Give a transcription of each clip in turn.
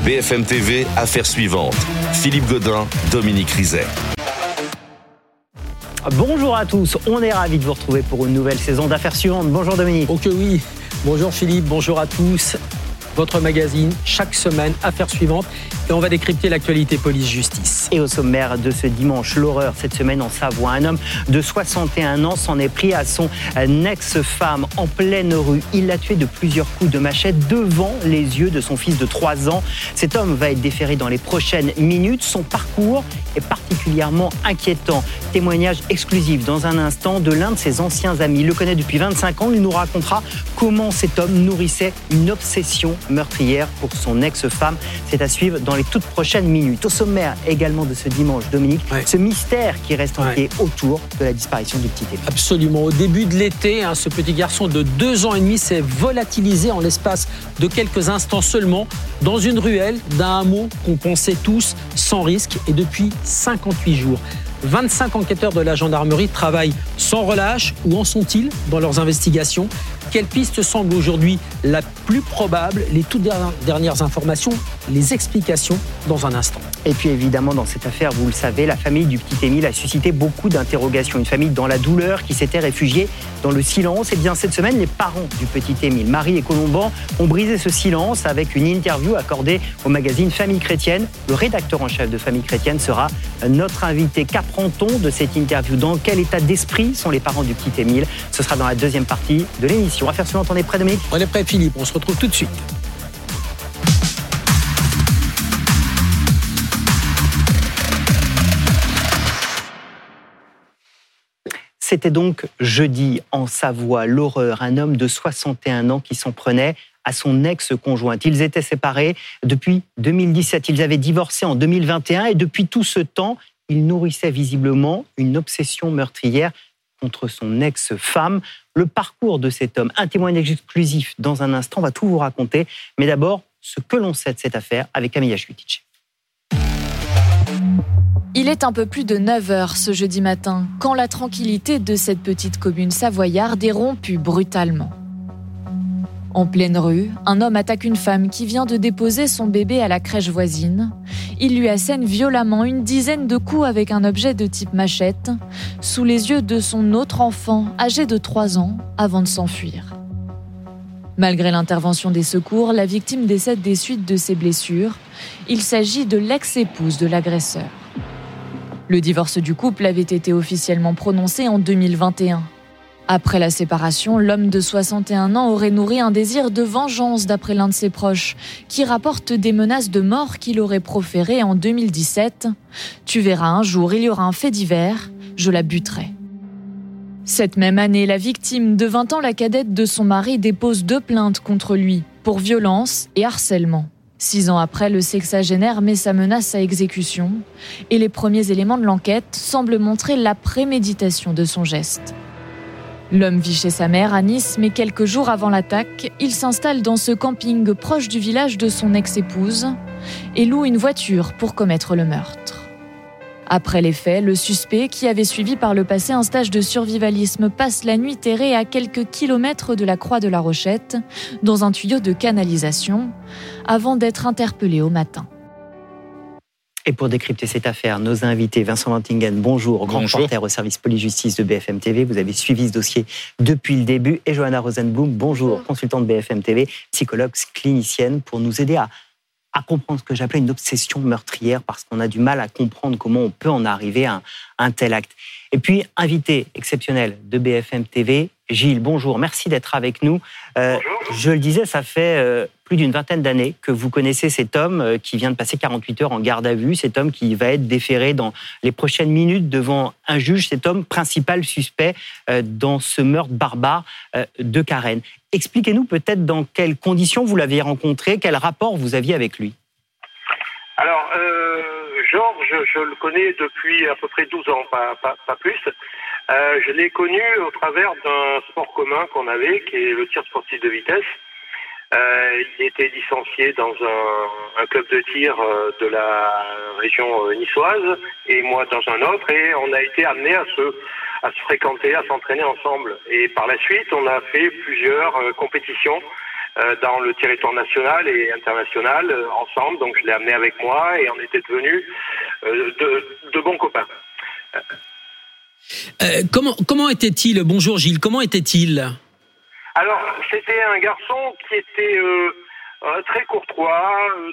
BFM TV, affaire suivante. Philippe Godin, Dominique Rizet. Bonjour à tous, on est ravis de vous retrouver pour une nouvelle saison d'affaires suivantes. Bonjour Dominique. Ok oui, bonjour Philippe, bonjour à tous. Votre magazine, chaque semaine, affaires suivantes. Et on va décrypter l'actualité police-justice. Et au sommaire de ce dimanche, l'horreur cette semaine en Savoie. Un homme de 61 ans s'en est pris à son ex-femme en pleine rue. Il l'a tué de plusieurs coups de machette devant les yeux de son fils de 3 ans. Cet homme va être déféré dans les prochaines minutes. Son parcours est particulièrement inquiétant. Témoignage exclusif dans un instant de l'un de ses anciens amis. Il le connaît depuis 25 ans. Il nous racontera comment cet homme nourrissait une obsession meurtrière pour son ex-femme. C'est à suivre dans les toutes prochaines minutes. Au sommaire également de ce dimanche, Dominique, ce mystère qui reste entier autour de la disparition du petit Émile. Absolument. Au début de l'été, ce petit garçon de 2 ans et demi s'est volatilisé en l'espace de quelques instants seulement dans une ruelle d'un hameau qu'on pensait tous sans risque et depuis 58 jours. 25 enquêteurs de la gendarmerie travaillent sans relâche. Où en sont-ils dans leurs investigations ? Quelle piste semble aujourd'hui la plus probable ? Les toutes dernières informations, les explications dans un instant. Et puis évidemment, dans cette affaire, vous le savez, la famille du petit Émile a suscité beaucoup d'interrogations. Une famille dans la douleur qui s'était réfugiée dans le silence. Et bien cette semaine, les parents du petit Émile, Marie et Colomban, ont brisé ce silence avec une interview accordée au magazine Famille Chrétienne. Le rédacteur en chef de Famille Chrétienne sera notre invité. Qu'apprend-on de cette interview ? Dans quel état d'esprit sont les parents du petit Émile ? Ce sera dans la deuxième partie de l'émission. Affaire suivante, on est prêt, Dominique ? On est prêt, Philippe. On se retrouve tout de suite. C'était donc jeudi en Savoie, l'horreur. Un homme de 61 ans qui s'en prenait à son ex-conjointe. Ils étaient séparés depuis 2017. Ils avaient divorcé en 2021 et depuis tout ce temps, il nourrissait visiblement une obsession meurtrière contre son ex-femme. Le parcours de cet homme, un témoignage exclusif dans un instant, on va tout vous raconter. Mais d'abord, ce que l'on sait de cette affaire avec Camilla Schutich. Il est un peu plus de 9h ce jeudi matin, quand la tranquillité de cette petite commune savoyarde est rompue brutalement. En pleine rue, un homme attaque une femme qui vient de déposer son bébé à la crèche voisine. Il lui assène violemment une dizaine de coups avec un objet de type machette, sous les yeux de son autre enfant, âgé de 3 ans, avant de s'enfuir. Malgré l'intervention des secours, la victime décède des suites de ses blessures. Il s'agit de l'ex-épouse de l'agresseur. Le divorce du couple avait été officiellement prononcé en 2021. Après la séparation, l'homme de 61 ans aurait nourri un désir de vengeance d'après l'un de ses proches, qui rapporte des menaces de mort qu'il aurait proférées en 2017. « Tu verras, un jour, il y aura un fait divers, je la buterai ». Cette même année, la victime, de 20 ans, la cadette de son mari, dépose 2 plaintes contre lui pour violence et harcèlement. 6 ans après, le sexagénaire met sa menace à exécution et les premiers éléments de l'enquête semblent montrer la préméditation de son geste. L'homme vit chez sa mère à Nice, mais quelques jours avant l'attaque, il s'installe dans ce camping proche du village de son ex-épouse et loue une voiture pour commettre le meurtre. Après les faits, le suspect, qui avait suivi par le passé un stage de survivalisme, passe la nuit terré à quelques kilomètres de la Croix de la Rochette, dans un tuyau de canalisation, avant d'être interpellé au matin. Et pour décrypter cette affaire, nos invités, Vincent Vantingen, bonjour, grand reporter au service police-justice de BFM TV. Vous avez suivi ce dossier depuis le début. Et Johanna Rosenblum, bonjour, consultante BFM TV, psychologue clinicienne, pour nous aider à comprendre ce que j'appelais une obsession meurtrière, parce qu'on a du mal à comprendre comment on peut en arriver à un tel acte. Et puis, invité exceptionnel de BFM TV, Gilles, bonjour, merci d'être avec nous. Je le disais, ça fait plus d'une vingtaine d'années que vous connaissez cet homme qui vient de passer 48 heures en garde à vue, cet homme qui va être déféré dans les prochaines minutes devant un juge, cet homme principal suspect dans ce meurtre barbare de Karen. Expliquez-nous peut-être dans quelles conditions vous l'aviez rencontré, quel rapport vous aviez avec lui. Alors, Georges, je le connais depuis à peu près 12 ans, pas plus. Je l'ai connu au travers d'un sport commun qu'on avait, qui est le tir sportif de vitesse. Il était licencié dans un club de tir de la région niçoise et moi dans un autre, et on a été amenés à se fréquenter, à s'entraîner ensemble. Et par la suite, on a fait plusieurs compétitions dans le territoire national et international ensemble. Donc je l'ai amené avec moi et on était devenus de bons copains. Comment était-il ? Bonjour Gilles, comment était-il ? Alors, c'était un garçon qui était très courtois,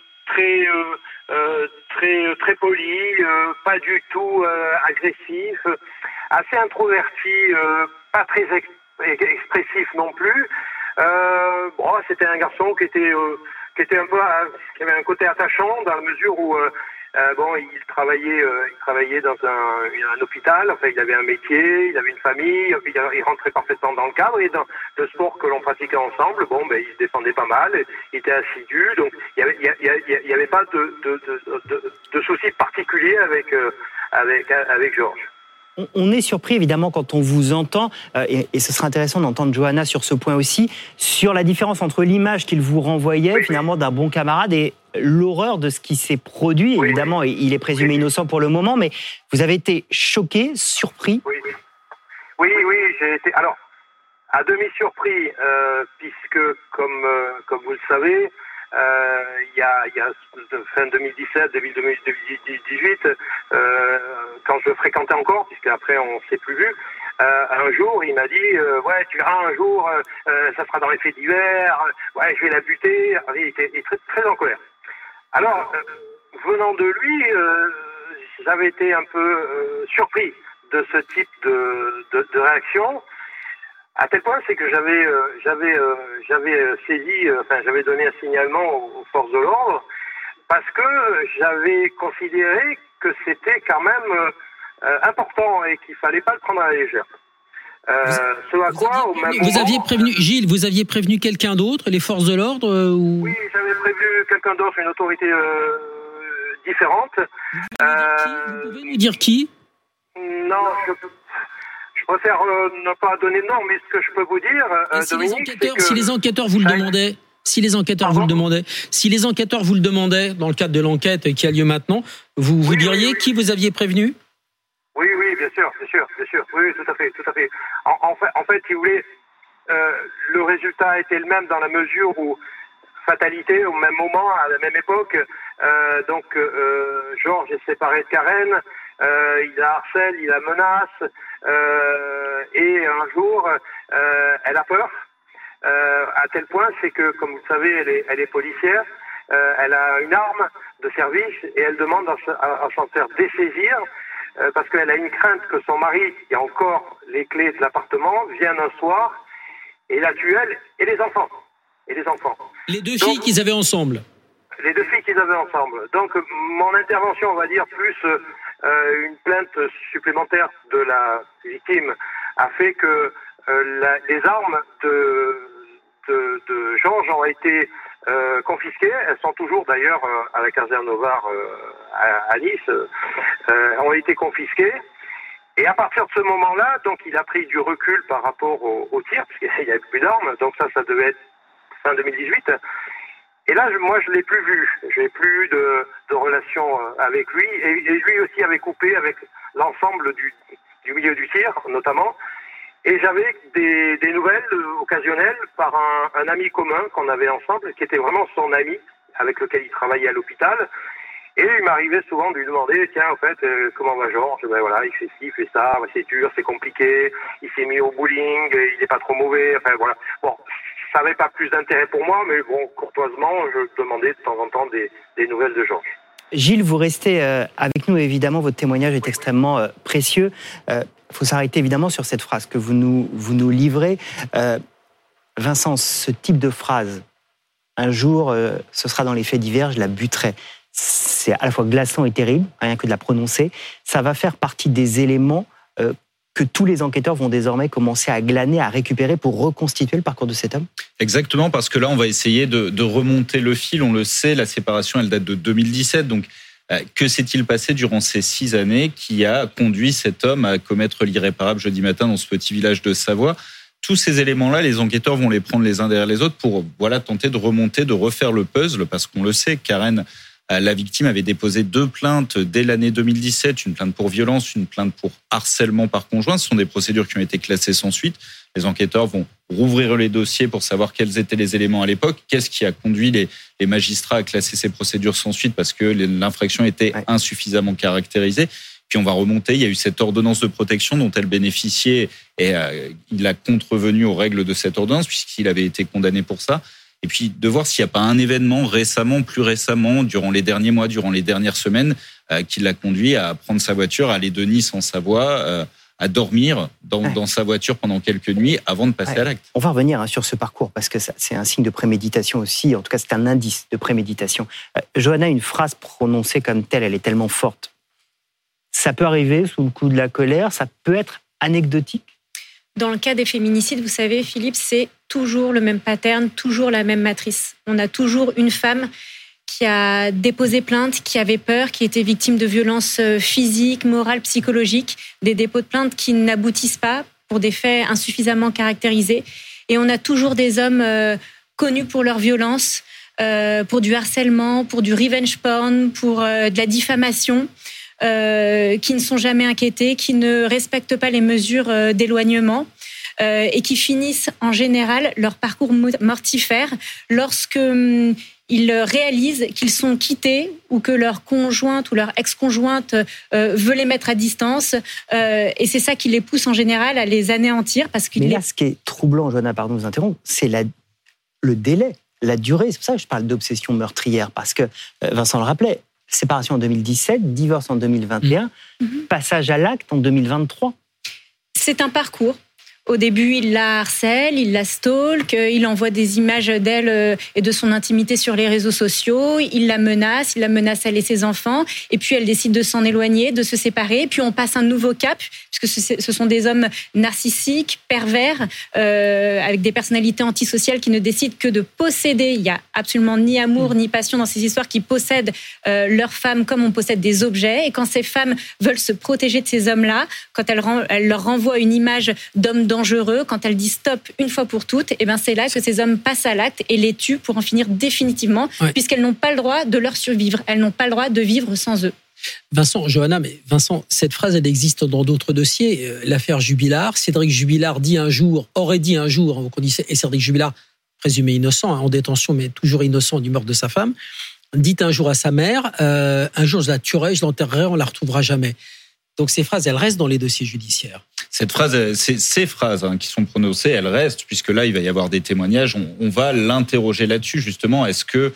très poli, pas du tout agressif, assez introverti, pas très expressif non plus. C'était un garçon qui était un peu, qui avait un côté attachant dans la mesure où il travaillait dans un hôpital. Enfin, il avait un métier, il avait une famille, il rentrait parfaitement dans le cadre. Et dans le sport que l'on pratiquait ensemble, il se défendait pas mal, il était assidu. Donc, il y avait pas de soucis particuliers avec Georges. On est surpris évidemment quand on vous entend, et ce sera intéressant d'entendre Johanna sur ce point aussi, sur la différence entre l'image qu'il vous renvoyait finalement d'un bon camarade et l'horreur de ce qui s'est produit. Oui, évidemment, il est présumé innocent pour le moment, mais vous avez été choqué, surpris. Oui, j'ai été à demi surpris, puisque comme vous le savez, il y a fin 2017, début 2018, quand je le fréquentais encore, puisque après on s'est plus vu, un jour il m'a dit tu verras un jour, ça sera dans les faits divers, je vais la buter. Il était très, très en colère. Alors venant de lui, j'avais été un peu surpris de ce type de réaction. À tel point, c'est que j'avais donné un signalement aux forces de l'ordre parce que j'avais considéré que c'était quand même important et qu'il fallait pas le prendre à la légère. Vous aviez prévenu quelqu'un d'autre, les forces de l'ordre ou... Oui, j'avais prévenu quelqu'un d'autre, une autorité différente. Vous pouvez nous dire qui ? Non, je préfère ne pas donner de nom, mais ce que je peux vous dire, Dominique, c'est que... Si les enquêteurs vous le demandaient, si les enquêteurs vous le demandaient dans le cadre de l'enquête qui a lieu maintenant, vous diriez qui vous aviez prévenu ? Oui, bien sûr. Oui, tout à fait. En fait, si vous voulez, le résultat était le même dans la mesure où, fatalité, au même moment, à la même époque, Georges est séparé de Karen, il la harcèle, il la menace, et un jour, elle a peur, à tel point, c'est que, comme vous le savez, elle est policière, elle a une arme de service et elle demande à s'en faire dessaisir, parce qu'elle a une crainte que son mari, qui a encore les clés de l'appartement, vienne un soir et la tue elle et les enfants. Les deux filles qu'ils avaient ensemble. Les deux filles qu'ils avaient ensemble. Donc, mon intervention, on va dire, plus une plainte supplémentaire de la victime a fait que les armes de Georges ont été confisquées. Elles sont toujours d'ailleurs à la caserne Novare à Nice, ont été confisquées. Et à partir de ce moment-là, donc il a pris du recul par rapport au tir, parce qu'il n'y avait plus d'armes. Donc ça devait être fin 2018. Et là, moi, je l'ai plus vu. J'ai plus eu de relation avec lui. Et lui aussi avait coupé avec l'ensemble du milieu du tir, notamment. Et j'avais des nouvelles occasionnelles par un ami commun qu'on avait ensemble, qui était vraiment son ami, avec lequel il travaillait à l'hôpital. Et il m'arrivait souvent de lui demander, tiens, en fait, comment va Georges ? Il fait ci, il fait ça, c'est dur, c'est compliqué, il s'est mis au bowling, il n'est pas trop mauvais, voilà. Bon, ça n'avait pas plus d'intérêt pour moi, mais bon, courtoisement, je demandais de temps en temps des nouvelles de Georges. Gilles, vous restez avec nous, évidemment, votre témoignage est extrêmement précieux. Il faut s'arrêter évidemment sur cette phrase que vous nous livrez. Vincent, ce type de phrase, un jour, ce sera dans les faits divers, je la buterai. C'est à la fois glaçant et terrible, rien que de la prononcer. Ça va faire partie des éléments que tous les enquêteurs vont désormais commencer à glaner, à récupérer pour reconstituer le parcours de cet homme ? Exactement, parce que là, on va essayer de remonter le fil. On le sait, la séparation, elle date de 2017. Donc, que s'est-il passé durant ces 6 années qui a conduit cet homme à commettre l'irréparable jeudi matin dans ce petit village de Savoie ? Tous ces éléments-là, les enquêteurs vont les prendre les uns derrière les autres pour tenter de remonter, de refaire le puzzle, parce qu'on le sait, Karen La victime avait déposé 2 plaintes dès l'année 2017, une plainte pour violence, une plainte pour harcèlement par conjoint. Ce sont des procédures qui ont été classées sans suite. Les enquêteurs vont rouvrir les dossiers pour savoir quels étaient les éléments à l'époque. Qu'est-ce qui a conduit les magistrats à classer ces procédures sans suite parce que l'infraction était insuffisamment caractérisée. Puis on va remonter, il y a eu cette ordonnance de protection dont elle bénéficiait et il a contrevenu aux règles de cette ordonnance puisqu'il avait été condamné pour ça. Et puis de voir s'il n'y a pas un événement plus récemment, durant les derniers mois, durant les dernières semaines, qui l'a conduit à prendre sa voiture, à aller de Nice en Savoie, à dormir dans sa voiture pendant quelques nuits avant de passer à l'acte. On va revenir sur ce parcours parce que c'est un signe de préméditation aussi. En tout cas, c'est un indice de préméditation. Johanna, une phrase prononcée comme telle, elle est tellement forte. Ça peut arriver sous le coup de la colère, ça peut être anecdotique. Dans le cas des féminicides, vous savez, Philippe, c'est toujours le même pattern, toujours la même matrice. On a toujours une femme qui a déposé plainte, qui avait peur, qui était victime de violences physiques, morales, psychologiques, des dépôts de plainte qui n'aboutissent pas pour des faits insuffisamment caractérisés. Et on a toujours des hommes connus pour leur violence, pour du harcèlement, pour du revenge porn, pour de la diffamation, qui ne sont jamais inquiétés, qui ne respectent pas les mesures d'éloignement et qui finissent en général leur parcours mortifère lorsque ils réalisent qu'ils sont quittés ou que leur conjointe ou leur ex-conjointe veut les mettre à distance. Et c'est ça qui les pousse en général à les anéantir. Mais là, ce qui est troublant, Johanna, pardon de vous interrompre, c'est le délai, la durée. C'est pour ça que je parle d'obsession meurtrière, parce que Vincent le rappelait, séparation en 2017, divorce en 2021, passage à l'acte en 2023. C'est un parcours. Au début, il la harcèle, il la stalk, il envoie des images d'elle et de son intimité sur les réseaux sociaux, il la menace elle et ses enfants, et puis elle décide de s'en éloigner, de se séparer, puis on passe un nouveau cap, puisque ce sont des hommes narcissiques, pervers, avec des personnalités antisociales qui ne décident que de posséder. Il n'y a absolument ni amour, ni passion dans ces histoires, qui possèdent leurs femmes comme on possède des objets, et quand ces femmes veulent se protéger de ces hommes-là, quand elles leur renvoient une image d'homme dangereux, quand elle dit stop une fois pour toutes, et ben c'est là que ces hommes passent à l'acte et les tuent pour en finir définitivement, puisqu'elles n'ont pas le droit de leur survivre. Elles n'ont pas le droit de vivre sans eux. Vincent, cette phrase, elle existe dans d'autres dossiers. L'affaire Jubilard, Cédric Jubilard aurait dit un jour, et Cédric Jubilard, présumé innocent, en détention, mais toujours innocent du meurtre de sa femme, dit un jour à sa mère, un jour je la tuerai, je l'enterrerai, on la retrouvera jamais. Donc ces phrases, elles restent dans les dossiers judiciaires. Ces phrases qui sont prononcées, elles restent, puisque là, il va y avoir des témoignages. On va l'interroger là-dessus, justement. Est-ce que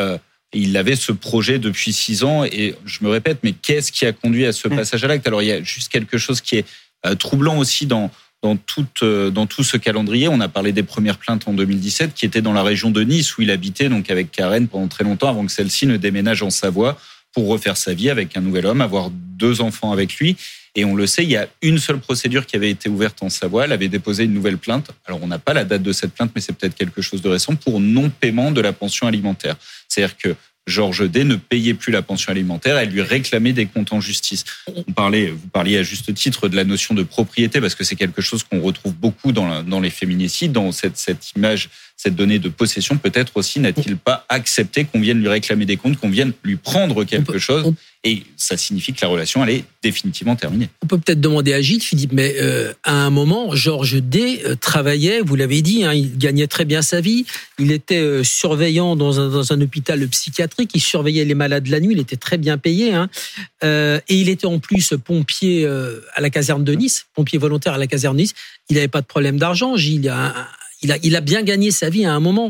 il avait ce projet depuis 6 ans? Et je me répète, mais qu'est-ce qui a conduit à ce passage à l'acte? Alors, il y a juste quelque chose qui est troublant aussi dans tout ce calendrier. On a parlé des premières plaintes en 2017, qui étaient dans la région de Nice, où il habitait donc avec Karen pendant très longtemps, avant que celle-ci ne déménage en Savoie pour refaire sa vie avec un nouvel homme, avoir 2 enfants avec lui. Et on le sait, il y a une seule procédure qui avait été ouverte en Savoie. Elle avait déposé une nouvelle plainte. Alors, on n'a pas la date de cette plainte, mais c'est peut-être quelque chose de récent, pour non-paiement de la pension alimentaire. C'est-à-dire que Georges D ne payait plus la pension alimentaire, elle lui réclamait des comptes en justice. Vous parliez à juste titre de la notion de propriété, parce que c'est quelque chose qu'on retrouve beaucoup dans les féminicides, dans cette image, cette donnée de possession. Peut-être aussi n'a-t-il pas accepté qu'on vienne lui réclamer des comptes, qu'on vienne lui prendre quelque chose, et ça signifie que la relation, elle est définitivement terminée. On peut peut-être demander à Gilles, Philippe, mais à un moment, Georges D travaillait, vous l'avez dit, il gagnait très bien sa vie, il était surveillant dans un hôpital psychiatrique, il surveillait les malades la nuit, il était très bien payé, et il était en plus pompier à la caserne de Nice, pompier volontaire à la caserne de Nice. Il n'avait pas de problème d'argent, Gilles, il a bien gagné sa vie à un moment.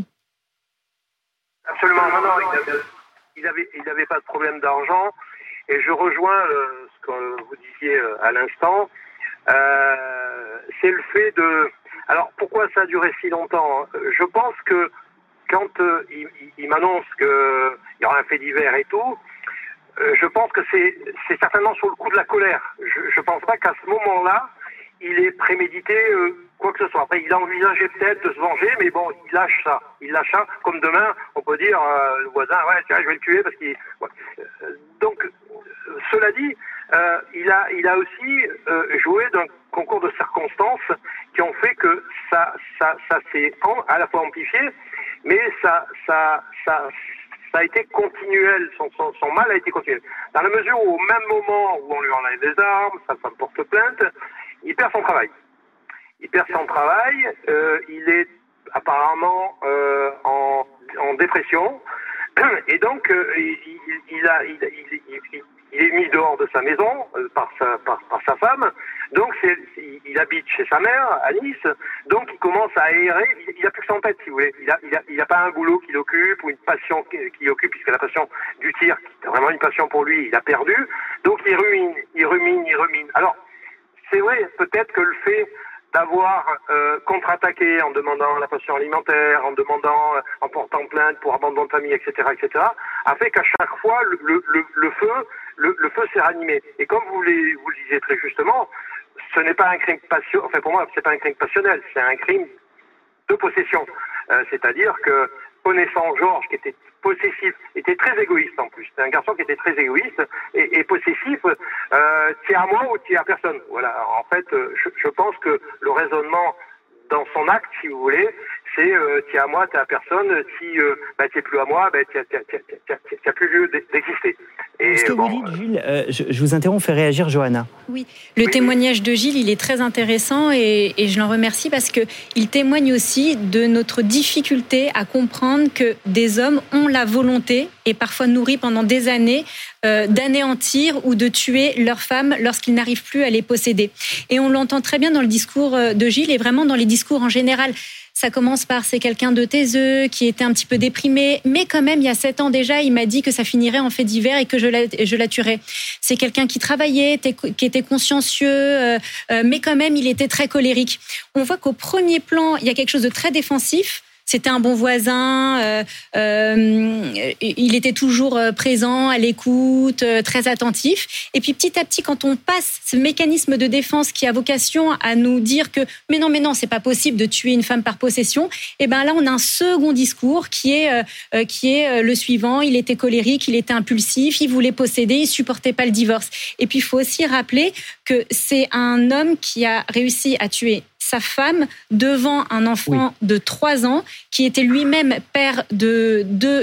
Absolument, non, il n'avait pas de problème d'argent. Et je rejoins ce que vous disiez à l'instant. C'est le fait de... Alors, pourquoi ça a duré si longtemps? Je pense que quand il m'annonce qu'il y aura un fait divers et tout, je pense que c'est certainement sur le coup de la colère. Je pense pas qu'à ce moment-là, il ait prémédité quoi que ce soit. Après, il a envisagé peut-être de se venger, mais bon, il lâche ça. Comme demain, on peut dire, le voisin, ouais, tiens, je vais le tuer parce qu'il... Ouais. Donc, cela dit, il a aussi joué d'un concours de circonstances qui ont fait que ça s'est à la fois amplifié, mais ça ça a été continuel, son mal a été continuel. Dans la mesure où, au même moment où on lui enlève des armes, sa femme porte plainte, il perd son travail. Il est apparemment en dépression, et donc il est mis dehors de sa maison par sa femme. Donc il habite chez sa mère à Nice. Donc il commence à errer. Il n'a plus que ça en tête, si vous voulez. Il a pas un boulot qui l'occupe ou une passion qui l'occupe, puisque la passion du tir, qui était vraiment une passion pour lui, il a perdu. Donc il rumine. Alors c'est vrai, peut-être que le fait d'avoir contre-attaqué en demandant la pension alimentaire, en portant plainte pour abandon de famille, etc., a fait qu'à chaque fois le feu s'est ranimé. Et comme vous le disiez très justement, ce n'est pas un crime passionnel. Enfin, pour moi, c'est pas un crime passionnel, c'est un crime de possession. C'est-à-dire que, connaissant Georges, qui était possessif, était très égoïste en plus. C'est un garçon qui était très égoïste et possessif. Tiens à moi ou tiens à personne. Voilà. En fait, je pense que le raisonnement dans son acte, si vous voulez, c'est tiens à moi, tiens à personne. Si t'es plus à moi, t'as plus lieu d'exister. Ce que vous dites, Gilles, je vous interromps, fait réagir Johanna. Oui, le témoignage de Gilles, il est très intéressant et je l'en remercie parce qu'il témoigne aussi de notre difficulté à comprendre que des hommes ont la volonté, et parfois nourris pendant des années, d'anéantir ou de tuer leurs femmes lorsqu'ils n'arrivent plus à les posséder. Et on l'entend très bien dans le discours de Gilles et vraiment dans les discours en général. Ça commence par c'est quelqu'un de taiseux, qui était un petit peu déprimé, mais quand même, il y a 7 ans déjà, il m'a dit que ça finirait en fait divers et que je la tuerais. C'est quelqu'un qui travaillait, qui était consciencieux, mais quand même, il était très colérique. On voit qu'au premier plan, il y a quelque chose de très défensif. C'était un bon voisin, il était toujours présent, à l'écoute, très attentif. Et puis petit à petit, quand on passe ce mécanisme de défense qui a vocation à nous dire que mais non, c'est pas possible de tuer une femme par possession, et ben là on a un second discours qui est le suivant. Il était colérique, il était impulsif, il voulait posséder, il supportait pas le divorce. Et puis il faut aussi rappeler que c'est un homme qui a réussi à tuer sa femme devant un enfant de 3 ans qui était lui-même père de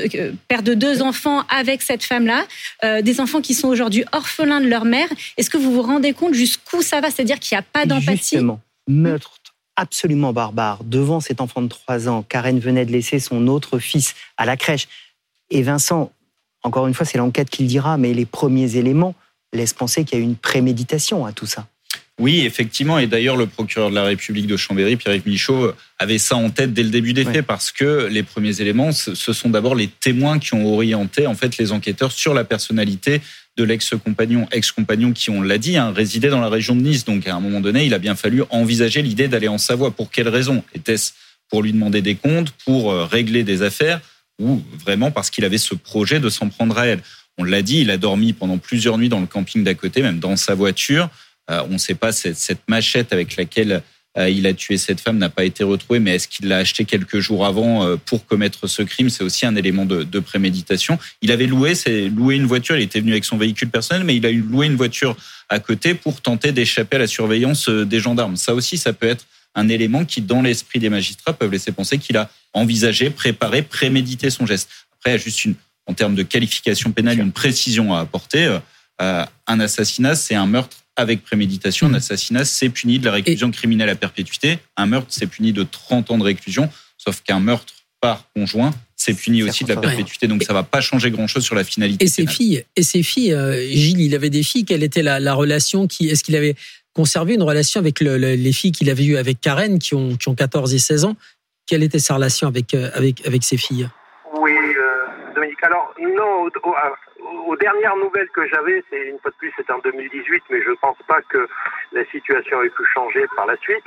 2 enfants avec cette femme-là, des enfants qui sont aujourd'hui orphelins de leur mère. Est-ce que vous vous rendez compte jusqu'où ça va? C'est-à-dire qu'il n'y a pas d'empathie. Justement, meurtre absolument barbare devant cet enfant de 3 ans. Karen venait de laisser son autre fils à la crèche. Et Vincent, encore une fois, c'est l'enquête qui le dira, mais les premiers éléments laissent penser qu'il y a eu une préméditation à tout ça. Oui, effectivement. Et d'ailleurs, le procureur de la République de Chambéry, Pierre-Yves Michaud, avait ça en tête dès le début des faits, parce que les premiers éléments, ce sont d'abord les témoins qui ont orienté en fait les enquêteurs sur la personnalité de ex-compagnon qui, on l'a dit, résidait dans la région de Nice. Donc, à un moment donné, il a bien fallu envisager l'idée d'aller en Savoie. Pour quelles raisons? Était-ce pour lui demander des comptes, pour régler des affaires, ou vraiment parce qu'il avait ce projet de s'en prendre à elle? On l'a dit, il a dormi pendant plusieurs nuits dans le camping d'à côté, même dans sa voiture. On ne sait pas, cette machette avec laquelle il a tué cette femme n'a pas été retrouvée, mais est-ce qu'il l'a achetée quelques jours avant pour commettre ce crime? C'est aussi un élément de préméditation. Il avait loué une voiture, il était venu avec son véhicule personnel, mais il a loué une voiture à côté pour tenter d'échapper à la surveillance des gendarmes. Ça aussi, ça peut être un élément qui, dans l'esprit des magistrats, peuvent laisser penser qu'il a envisagé, préparé, prémédité son geste. Après, il y a juste en termes de qualification pénale, une précision à apporter. Un assassinat, c'est un meurtre avec préméditation. Un assassinat, c'est puni de la réclusion criminelle à perpétuité. Un meurtre, c'est puni de 30 ans de réclusion. Sauf qu'un meurtre par conjoint, c'est puni aussi de la perpétuité. Donc ça ne va pas changer grand-chose sur la finalité pénale. Et ses filles, Gilles, il avait des filles. Quelle était la relation? Est-ce qu'il avait conservé une relation avec les filles qu'il avait eues avec Karen, qui ont 14 et 16 ans? Quelle était sa relation avec ses filles? Oui, Dominique. Alors, non, aux dernières nouvelles que j'avais, c'est une fois de plus, c'était en 2018, mais je ne pense pas que la situation ait pu changer par la suite.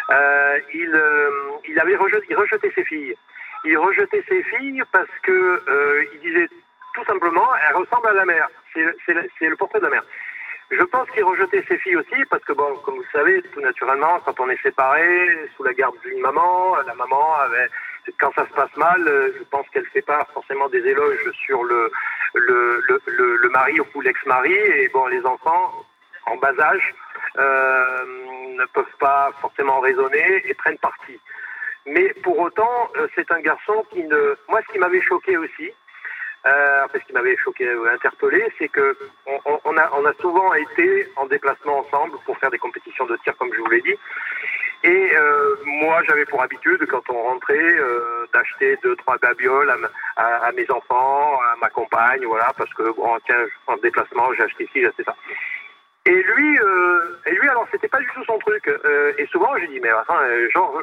Il rejetait ses filles. Il rejetait ses filles parce que il disait tout simplement, elles ressemblent à la mère. C'est le portrait de la mère. Je pense qu'il rejetait ses filles aussi parce que, bon, comme vous le savez, tout naturellement, quand on est séparé, sous la garde d'une maman, la maman avait, quand ça se passe mal, je pense qu'elle fait pas forcément des éloges sur le mari ou l'ex-mari, et bon, les enfants, en bas âge, ne peuvent pas forcément raisonner et prennent parti. Mais pour autant, c'est un garçon moi, ce qui m'avait choqué aussi, ce qui m'avait choqué, interpellé, c'est que on a souvent été en déplacement ensemble pour faire des compétitions de tir, comme je vous l'ai dit. Et moi, j'avais pour habitude, quand on rentrait, d'acheter 2-3 babioles à mes enfants, à ma compagne, voilà, parce que tiens, en déplacement, j'ai acheté ci, j'ai acheté ça. Et lui, alors, c'était pas du tout son truc. Et souvent, j'ai dit, mais attends, genre,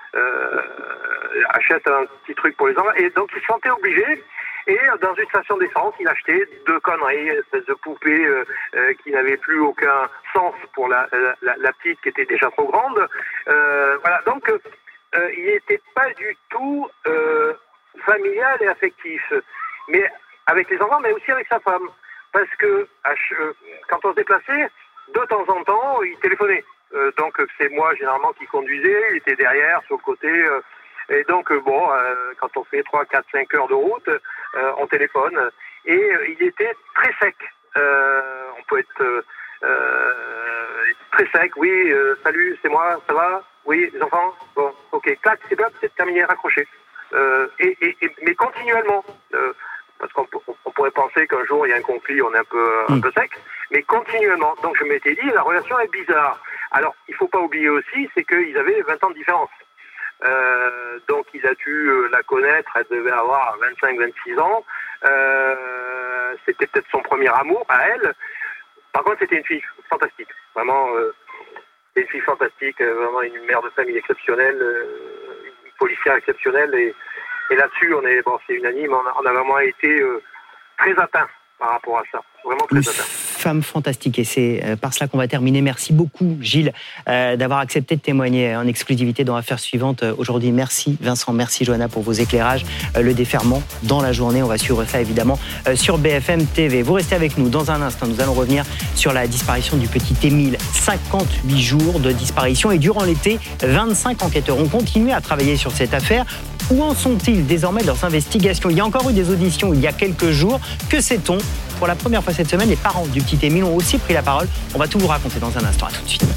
achète un petit truc pour les enfants. Et donc, il se sentait obligé. Et dans une station d'essence, il achetait 2 conneries, une espèce de poupée qui n'avait plus aucun sens pour la petite qui était déjà trop grande. Voilà, donc il n'était pas du tout familial et affectif, mais avec les enfants, mais aussi avec sa femme, parce que quand on se déplaçait, de temps en temps, il téléphonait. Donc c'est moi généralement qui conduisais, il était derrière, sur le côté. Et donc, quand on fait 3, 4, 5 heures de route, on téléphone. Et il était très sec. On peut être très sec. Oui, salut, c'est moi, ça va? Oui, les enfants? Bon, ok, clac, c'est bien, c'est terminé, raccroché. Mais continuellement. Parce qu'on pourrait penser qu'un jour, il y a un conflit, on est un peu sec. Mais continuellement. Donc, je m'étais dit, la relation est bizarre. Alors, il ne faut pas oublier aussi, c'est qu'ils avaient 20 ans de différence. Donc il a dû la connaître, elle devait avoir 25-26 ans. C'était peut-être son premier amour à elle. Par contre, c'était une fille fantastique. Vraiment, une fille fantastique, vraiment une mère de famille exceptionnelle, une policière exceptionnelle. Et là-dessus, c'est unanime, on a vraiment été très atteints par rapport à ça. Vraiment très atteints. Femme fantastique, et c'est par cela qu'on va terminer. Merci beaucoup, Gilles, d'avoir accepté de témoigner en exclusivité dans Affaires suivantes aujourd'hui. Merci Vincent, merci Johanna pour vos éclairages. Le déferlement dans la journée, on va suivre ça évidemment sur BFM TV. Vous restez avec nous dans un instant, nous allons revenir sur la disparition du petit Émile. 58 jours de disparition et durant l'été, 25 enquêteurs ont continué à travailler sur cette affaire. Où en sont-ils désormais de leurs investigations? Il y a encore eu des auditions il y a quelques jours. Que sait-on? Pour la première fois cette semaine, les parents du petit Émile ont aussi pris la parole. On va tout vous raconter dans un instant. À tout de suite.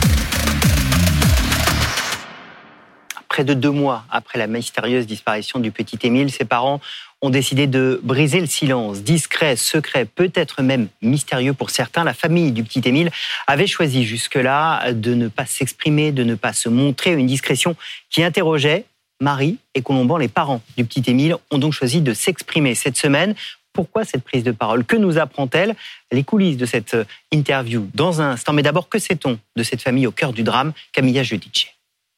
Près de 2 mois après la mystérieuse disparition du petit Émile, ses parents ont décidé de briser le silence. Discret, secret, peut-être même mystérieux pour certains, la famille du petit Émile avait choisi jusque-là de ne pas s'exprimer, de ne pas se montrer, une discrétion qui interrogeait. Marie et Colomban, les parents du petit Émile, ont donc choisi de s'exprimer cette semaine. Pourquoi cette prise de parole? Que nous apprend-elle? Les coulisses de cette interview dans un instant. Mais d'abord, que sait-on de cette famille au cœur du drame? Camilla Giudice.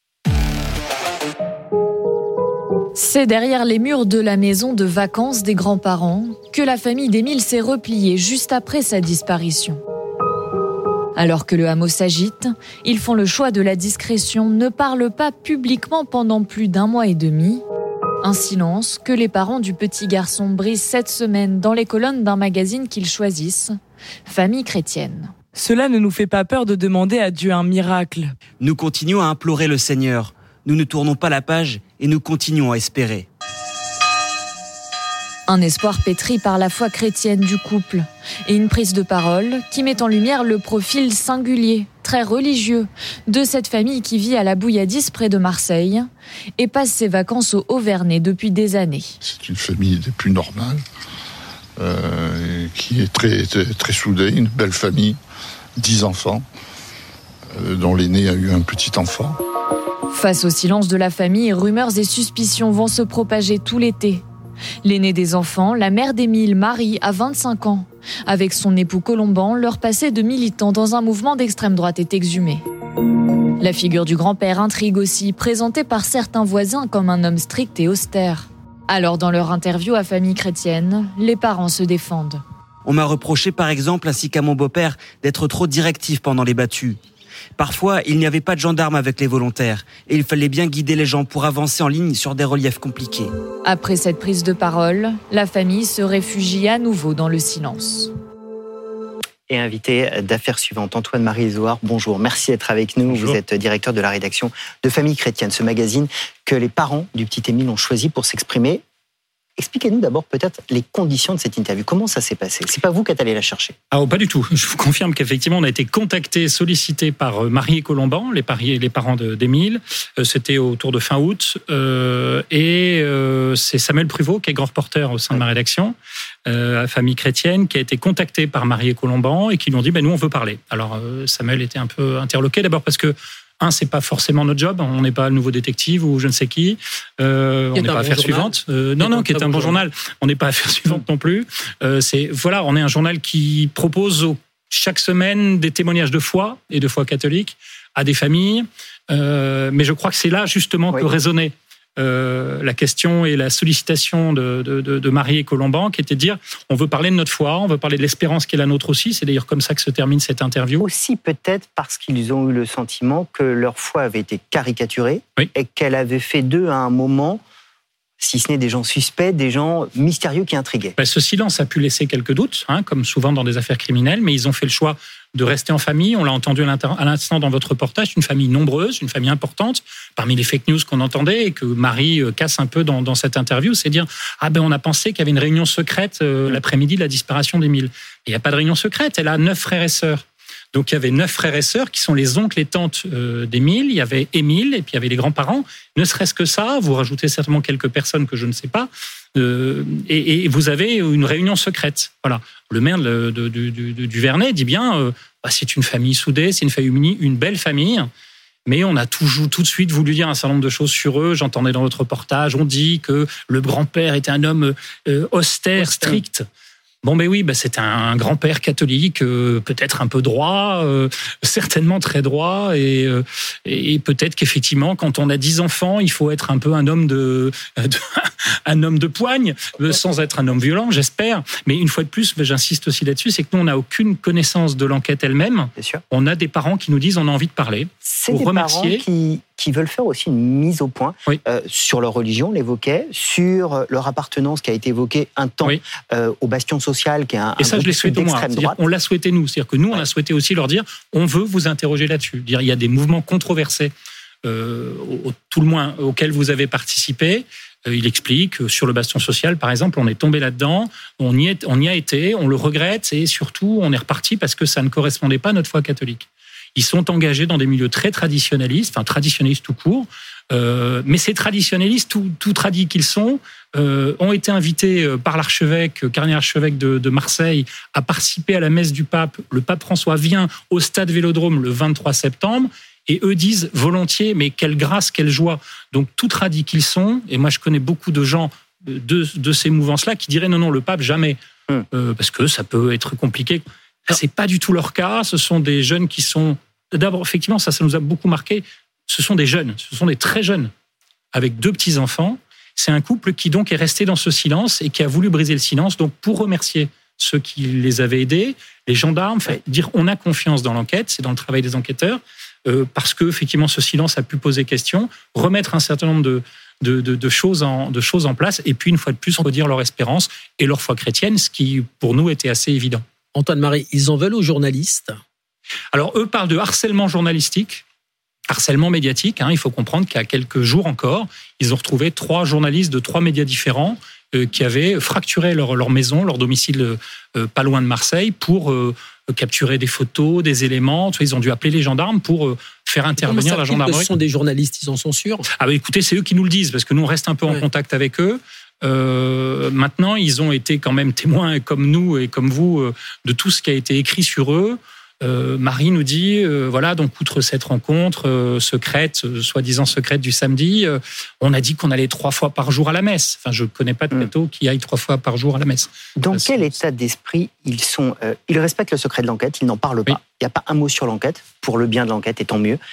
C'est derrière les murs de la maison de vacances des grands-parents que la famille d'Émile s'est repliée juste après sa disparition. Alors que le hameau s'agite, ils font le choix de la discrétion, ne parlent pas publiquement pendant plus d'1 mois et demi. Un silence que les parents du petit garçon brisent cette semaine dans les colonnes d'un magazine qu'ils choisissent, Famille chrétienne. Cela ne nous fait pas peur de demander à Dieu un miracle. Nous continuons à implorer le Seigneur. Nous ne tournons pas la page et nous continuons à espérer. Un espoir pétri par la foi chrétienne du couple et une prise de parole qui met en lumière le profil singulier, très religieux, de cette famille qui vit à la Bouilladis près de Marseille et passe ses vacances au Haut-Vernay depuis des années. C'est une famille des plus normales, qui est très, très soudée, une belle famille, 10 enfants, dont l'aîné a eu un petit enfant. Face au silence de la famille, rumeurs et suspicions vont se propager tout l'été. L'aînée des enfants, la mère d'Émile, Marie, a 25 ans. Avec son époux Colomban, leur passé de militant dans un mouvement d'extrême droite est exhumé. La figure du grand-père intrigue aussi, présenté par certains voisins comme un homme strict et austère. Alors, dans leur interview à Famille chrétienne, les parents se défendent. On m'a reproché, par exemple, ainsi qu'à mon beau-père, d'être trop directif pendant les battues. Parfois, il n'y avait pas de gendarmes avec les volontaires et il fallait bien guider les gens pour avancer en ligne sur des reliefs compliqués. Après cette prise de parole, la famille se réfugie à nouveau dans le silence. Et invité d'Affaires suivantes, Antoine-Marie Isoard, bonjour. Merci d'être avec nous. Bonjour. Vous êtes directeur de la rédaction de Famille chrétienne, ce magazine que les parents du petit Émile ont choisi pour s'exprimer. Expliquez-nous d'abord peut-être les conditions de cette interview. Comment ça s'est passé ? C'est pas vous qui êtes allé la chercher ? Ah, pas du tout. Je vous confirme qu'effectivement, on a été contacté, sollicité par Marie et Colomban, les parents d'Émile. C'était autour de fin août. C'est Samuel Pruvot, qui est grand reporter au sein de ma rédaction, famille chrétienne, qui a été contacté par Marie et Colomban et qui lui ont dit, nous, on veut parler. Alors, Samuel était un peu interloqué, d'abord parce que c'est pas forcément notre job. On n'est pas le nouveau détective ou je ne sais qui. On n'est pas Affaires suivantes. Qui est un bon journal. On n'est pas Affaires suivantes non plus. On est un journal qui propose chaque semaine des témoignages de foi et de foi catholique à des familles. Mais je crois que c'est là justement que résonnait la question et la sollicitation de Marie et Colomban, qui était de dire on veut parler de notre foi, on veut parler de l'espérance qui est la nôtre aussi. C'est d'ailleurs comme ça que se termine cette interview. Aussi peut-être parce qu'ils ont eu le sentiment que leur foi avait été caricaturée et qu'elle avait fait d'eux à un moment, si ce n'est des gens suspects, des gens mystérieux qui intriguaient. Ce silence a pu laisser quelques doutes, comme souvent dans des affaires criminelles, mais ils ont fait le choix de rester en famille. On l'a entendu à l'instant dans votre reportage, une famille nombreuse, une famille importante, parmi les fake news qu'on entendait et que Marie casse un peu dans cette interview, c'est dire on a pensé qu'il y avait une réunion secrète l'après-midi de la disparition d'Émile. Il n'y a pas de réunion secrète, elle a 9 frères et sœurs. Donc il y avait 9 frères et sœurs qui sont les oncles et tantes d'Émile. Il y avait Émile et puis il y avait les grands-parents. Ne serait-ce que ça, vous rajoutez certainement quelques personnes que je ne sais pas. Et vous avez une réunion secrète. Voilà. Le maire du Vernet dit bien, c'est une famille soudée, c'est une famille unie, une belle famille. Mais on a tout de suite voulu dire un certain nombre de choses sur eux. J'entendais dans votre reportage, on dit que le grand-père était un homme austère, strict. C'était un grand-père catholique, peut-être un peu droit, certainement très droit, et peut-être qu'effectivement, quand on a 10 enfants, il faut être un peu un homme un homme de poigne, sans être un homme violent, j'espère. Mais une fois de plus, j'insiste aussi là-dessus, c'est que nous, on n'a aucune connaissance de l'enquête elle-même. Bien sûr. On a des parents qui nous disent on a envie de parler. C'est des parents qui veulent faire aussi une mise au point sur leur religion, on l'évoquait, sur leur appartenance qui a été évoquée un temps au Bastion social, qui est un je l'ai souhaité d'extrême droite. On l'a souhaité nous, c'est-à-dire que nous, on a souhaité aussi leur dire on veut vous interroger là-dessus. Il y a des mouvements controversés, tout le moins auxquels vous avez participé. Il explique sur le Bastion social, par exemple, on est tombé là-dedans, on y a été, on le regrette et surtout on est reparti parce que ça ne correspondait pas à notre foi catholique. Ils sont engagés dans des milieux très traditionnalistes, traditionnalistes tout court, mais ces traditionnalistes, tout tradis qu'ils sont, ont été invités par l'archevêque, cardinal archevêque de Marseille, à participer à la messe du pape. Le pape François vient au stade Vélodrome le 23 septembre, et eux disent volontiers, mais quelle grâce, quelle joie. Donc tout tradis qu'ils sont, et moi je connais beaucoup de gens de ces mouvances-là qui diraient non, le pape jamais, parce que ça peut être compliqué. C'est pas du tout leur cas. Ce sont des jeunes qui sont... D'abord, effectivement, ça nous a beaucoup marqué. Ce sont des jeunes, ce sont des très jeunes, avec 2 petits-enfants. C'est un couple qui donc est resté dans ce silence et qui a voulu briser le silence. Donc pour remercier ceux qui les avaient aidés, les gendarmes, dire on a confiance dans l'enquête, c'est dans le travail des enquêteurs, parce que effectivement ce silence a pu poser question, remettre un certain nombre de choses en place, et puis une fois de plus redire leur espérance et leur foi chrétienne, ce qui pour nous était assez évident. Antoine-Marie, ils en veulent aux journalistes ? Alors, eux parlent de harcèlement journalistique, harcèlement médiatique. Il faut comprendre qu'il y a quelques jours encore, ils ont retrouvé 3 journalistes de 3 médias différents qui avaient fracturé leur maison, leur domicile pas loin de Marseille, pour capturer des photos, des éléments. Ils ont dû appeler les gendarmes pour faire intervenir la gendarmerie. Ce sont des journalistes, ils en sont sûrs ? Écoutez, c'est eux qui nous le disent, parce que nous, on reste un peu en contact avec eux. Maintenant, ils ont été quand même témoins, comme nous et comme vous, de tout ce qui a été écrit sur eux. Marie nous dit, donc outre cette rencontre secrète, soi-disant secrète du samedi, on a dit qu'on allait 3 fois par jour à la messe. Je ne connais pas de catho qui aille 3 fois par jour à la messe. Dans quel état d'esprit ils sont ? Ils respectent le secret de l'enquête, ils n'en parlent pas. Il n'y a pas un mot sur l'enquête, pour le bien de l'enquête, et tant mieux.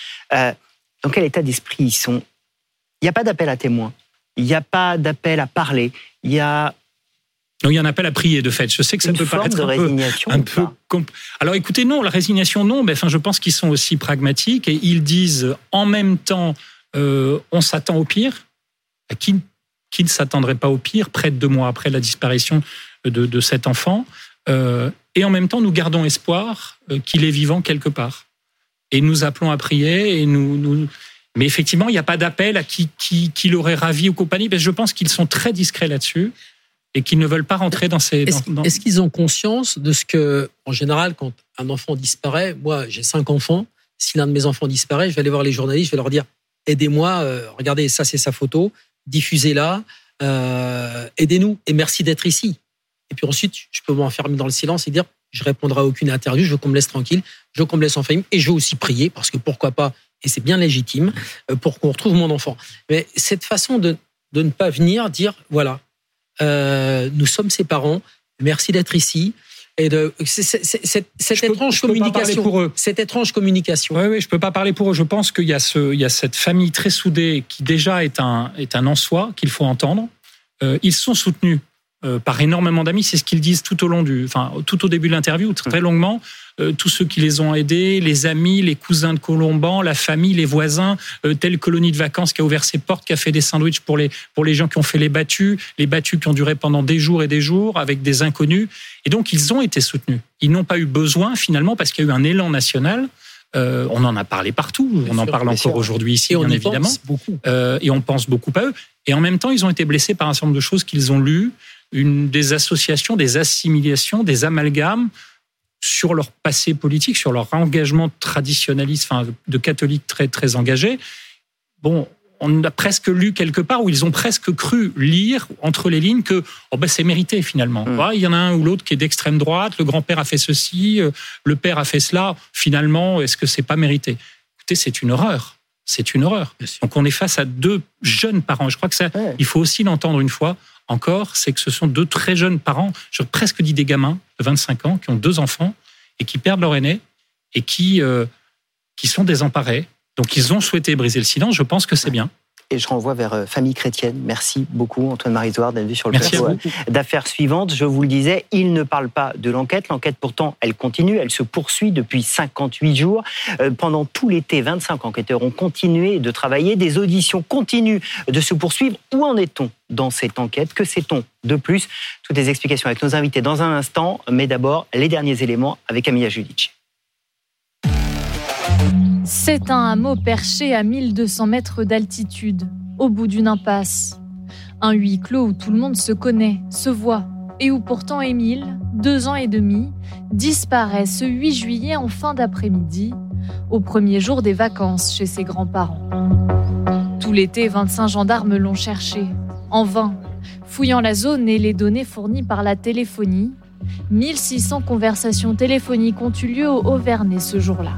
Dans quel état d'esprit ils sont ? Il n'y a pas d'appel à témoins, il n'y a pas d'appel à parler, il y a... Donc il y a un appel à prier, de fait. Je sais que ça peut paraître un peu... Alors écoutez, non, la résignation, non. Je pense qu'ils sont aussi pragmatiques et ils disent en même temps, on s'attend au pire. Qui ne s'attendrait pas au pire, près de 2 mois après la disparition de cet enfant. Et en même temps, nous gardons espoir qu'il est vivant quelque part. Et nous appelons à prier et Mais effectivement, il n'y a pas d'appel à qui l'aurait ravi ou compagnie, parce que je pense qu'ils sont très discrets là-dessus et qu'ils ne veulent pas rentrer dans ces... Est-ce qu'ils ont conscience de ce que, en général, quand un enfant disparaît, moi j'ai 5 enfants, si l'un de mes enfants disparaît, je vais aller voir les journalistes, je vais leur dire « Aidez-moi, regardez, ça c'est sa photo, diffusez-la, aidez-nous et merci d'être ici ». Et puis ensuite, je peux m'enfermer dans le silence et dire « Je répondrai à aucune interview, je veux qu'on me laisse tranquille, je veux qu'on me laisse en famille et je veux aussi prier, parce que pourquoi pas, et c'est bien légitime, pour qu'on retrouve mon enfant ». Mais cette façon de ne pas venir dire « Voilà, nous sommes ses parents, merci d'être ici ». Et cette étrange communication. Cette étrange communication. Oui, je peux pas parler pour eux. Je pense qu'il y a cette famille très soudée qui déjà est un en soi qu'il faut entendre. Ils sont soutenus par énormément d'amis. C'est ce qu'ils disent tout au début de l'interview, très longuement. Tous ceux qui les ont aidés, les amis, les cousins de Colomban, la famille, les voisins, telle colonie de vacances qui a ouvert ses portes, qui a fait des sandwichs pour les gens qui ont fait les battues qui ont duré pendant des jours et des jours avec des inconnus. Et donc, ils ont été soutenus. Ils n'ont pas eu besoin, finalement, parce qu'il y a eu un élan national. On en a parlé partout. On en parle encore aujourd'hui ici, bien évidemment. Et on pense beaucoup à eux. Et en même temps, ils ont été blessés par un certain nombre de choses qu'ils ont lues, des associations, des assimilations, des amalgames sur leur passé politique, sur leur engagement traditionnaliste, de catholiques très, très engagés. Bon, on a presque lu quelque part, où ils ont presque cru lire entre les lignes que c'est mérité finalement. Il y en a un ou l'autre qui est d'extrême droite, le grand-père a fait ceci, le père a fait cela. Finalement, est-ce que c'est pas mérité ? Écoutez, c'est une horreur. C'est une horreur. Donc on est face à 2 jeunes parents. Je crois que ça, il faut aussi l'entendre une fois encore, c'est que ce sont 2 très jeunes parents, j'aurais presque dit des gamins de 25 ans, qui ont 2 enfants et qui perdent leur aîné et qui sont désemparés. Donc ils ont souhaité briser le silence, je pense que c'est bien. Et je renvoie vers Famille Chrétienne. Merci beaucoup, Antoine-Marie Zouard, d'être venu sur le plateau d'Affaires suivantes. Je vous le disais, il ne parle pas de l'enquête. L'enquête, pourtant, elle continue, elle se poursuit depuis 58 jours. Pendant tout l'été, 25 enquêteurs ont continué de travailler. Des auditions continuent de se poursuivre. Où en est-on dans cette enquête ? Que sait-on de plus ? Toutes les explications avec nos invités dans un instant. Mais d'abord, les derniers éléments avec Amia Judic. C'est un hameau perché à 1200 mètres d'altitude, au bout d'une impasse. Un huis clos où tout le monde se connaît, se voit, et où pourtant Émile, 2 ans et demi, disparaît ce 8 juillet en fin d'après-midi, au premier jour des vacances chez ses grands-parents. Tout l'été, 25 gendarmes l'ont cherché, en vain, fouillant la zone et les données fournies par la téléphonie. 1600 conversations téléphoniques ont eu lieu au Haut-Vernay ce jour-là.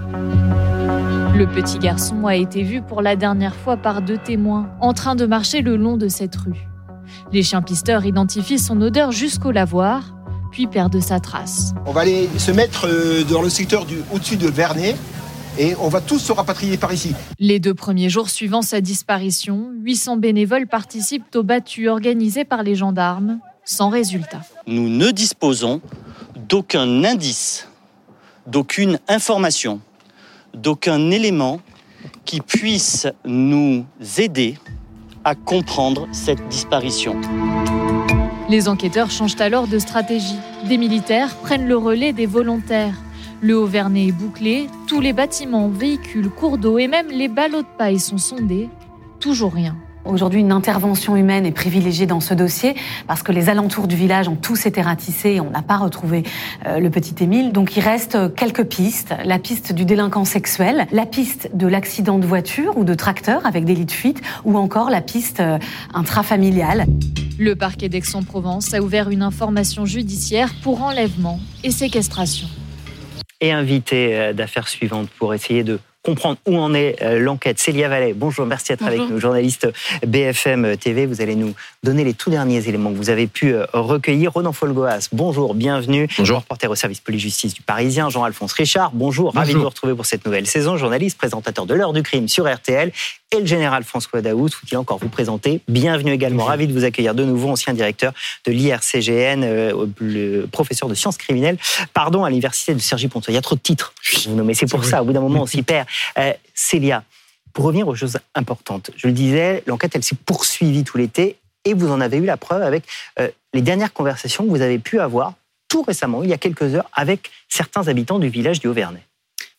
Le petit garçon a été vu pour la dernière fois par 2 témoins, en train de marcher le long de cette rue. Les chiens pisteurs identifient son odeur jusqu'au lavoir, puis perdent sa trace. On va aller se mettre dans le secteur au-dessus de Vernay et on va tous se rapatrier par ici. Les 2 premiers jours suivant sa disparition, 800 bénévoles participent aux battues organisées par les gendarmes, sans résultat. Nous ne disposons d'aucun indice, d'aucune information, d'aucun élément qui puisse nous aider à comprendre cette disparition. Les enquêteurs changent alors de stratégie. Des militaires prennent le relais des volontaires. Le Haut-Vernay est bouclé, tous les bâtiments, véhicules, cours d'eau et même les ballots de paille sont sondés. Toujours rien. Aujourd'hui, une intervention humaine est privilégiée dans ce dossier parce que les alentours du village ont tous été ratissés et on n'a pas retrouvé le petit Émile. Donc il reste quelques pistes. La piste du délinquant sexuel, la piste de l'accident de voiture ou de tracteur avec délit de fuite ou encore la piste intrafamiliale. Le parquet d'Aix-en-Provence a ouvert une information judiciaire pour enlèvement et séquestration. Et invité d'Affaires suivantes pour essayer de comprendre où en est l'enquête. Célia Vallet, bonjour, merci d'être avec nous, journaliste BFM TV. Vous allez nous donner les tout derniers éléments que vous avez pu recueillir. Ronan Folgoas, bonjour, bienvenue. Bonjour. Reporter au service police-justice du Parisien. Jean-Alphonse Richard, bonjour, ravi de vous retrouver pour cette nouvelle saison. Journaliste, présentateur de l'heure du crime sur RTL. Et le général François Daoust, faut-il encore vous présenter. Bienvenue également, ravi de vous accueillir de nouveau, ancien directeur de l'IRCGN, le professeur de sciences criminelles, à l'université de Cergy-Pontoise. Il y a trop de titres, vous nommez, c'est pour ça, au bout d'un moment on s'y perd. Célia, pour revenir aux choses importantes, je le disais, l'enquête elle s'est poursuivie tout l'été et vous en avez eu la preuve avec les dernières conversations que vous avez pu avoir tout récemment, il y a quelques heures, avec certains habitants du village du Haut-Vernay.